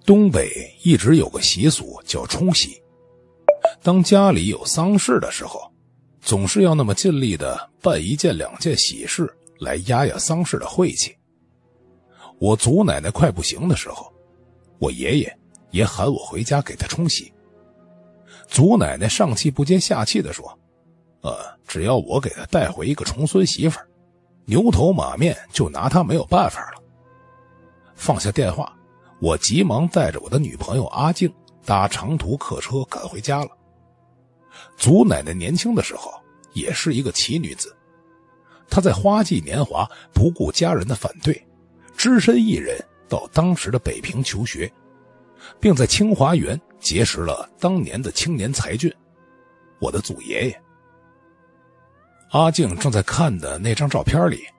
东北一直有个习俗叫冲喜，当家里有丧事的时候，总是要那么尽力的办一件两件喜事来压压丧事的晦气。我祖奶奶快不行的时候，我爷爷也喊我回家给她冲喜。祖奶奶上气不接下气地说，只要我给她带回一个重孙媳妇儿，牛头马面就拿她没有办法了。放下电话，我急忙带着我的女朋友阿静搭长途客车赶回家了。祖奶奶年轻的时候也是一个奇女子，她在花季年华不顾家人的反对，只身一人到当时的北平求学，并在清华园结识了当年的青年才俊，我的祖爷爷。阿静正在看的那张照片里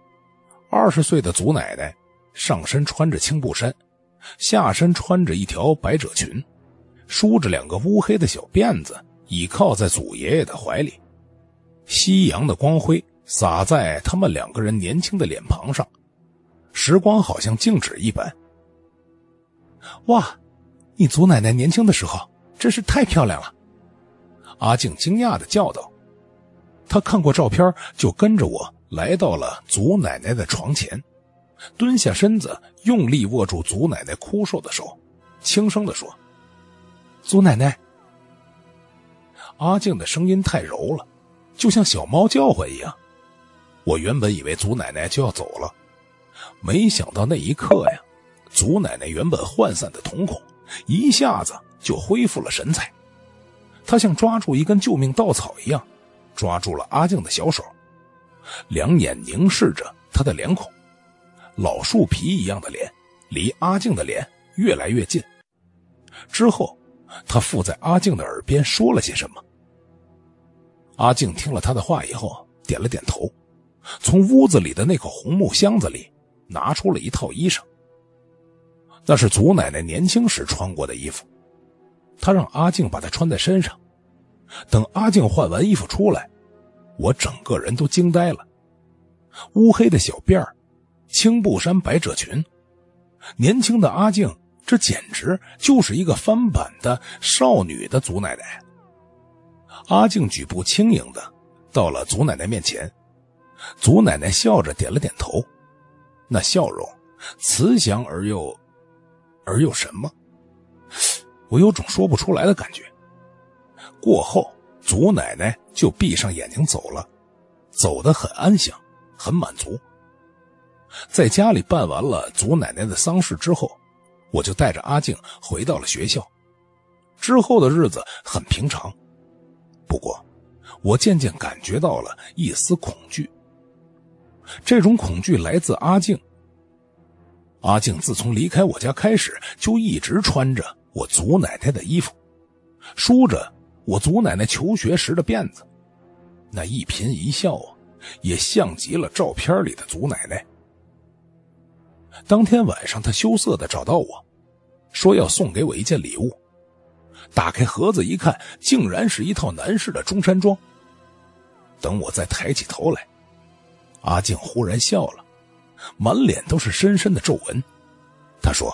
，20岁的祖奶奶上身穿着青布衫，下身穿着一条百褶裙，梳着2个乌黑的小辫子，倚靠在祖爷爷的怀里。夕阳的光辉洒在他们2个人年轻的脸庞上，时光好像静止一般。哇，你祖奶奶年轻的时候真是太漂亮了！阿静惊讶地叫道。她看过照片，就跟着我来到了祖奶奶的床前，蹲下身子，用力握住祖奶奶枯瘦的手，轻声地说，祖奶奶。阿静的声音太柔了，就像小猫叫唤一样。我原本以为祖奶奶就要走了，没想到那一刻呀，祖奶奶原本涣散的瞳孔一下子就恢复了神采。她像抓住一根救命稻草一样，抓住了阿静的小手，两眼凝视着她的脸孔，老树皮一样的脸离阿静的脸越来越近。之后她附在阿静的耳边说了些什么。阿静听了她的话以后点了点头，从屋子里的那口红木箱子里拿出了一套衣裳，那是祖奶奶年轻时穿过的衣服。她让阿静把它穿在身上。等阿静换完衣服出来，我整个人都惊呆了。乌黑的小辫儿，青布衫百褶裙，年轻的阿静，这简直就是一个翻版的少女的祖奶奶。阿静举步轻盈的到了祖奶奶面前，祖奶奶笑着点了点头，那笑容慈祥而又什么，我有种说不出来的感觉。过后祖奶奶就闭上眼睛走了，走得很安详，很满足。在家里办完了祖奶奶的丧事之后，我就带着阿静回到了学校。之后的日子很平常，不过我渐渐感觉到了一丝恐惧。这种恐惧来自阿静。阿静自从离开我家开始，就一直穿着我祖奶奶的衣服，梳着我祖奶奶求学时的辫子，那一颦一笑也像极了照片里的祖奶奶。当天晚上她羞涩地找到我，说要送给我一件礼物。打开盒子一看，竟然是一套男士的中山装。等我再抬起头来，阿静忽然笑了，满脸都是深深的皱纹。她说，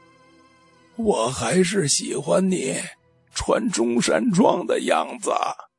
我还是喜欢你穿中山装的样子。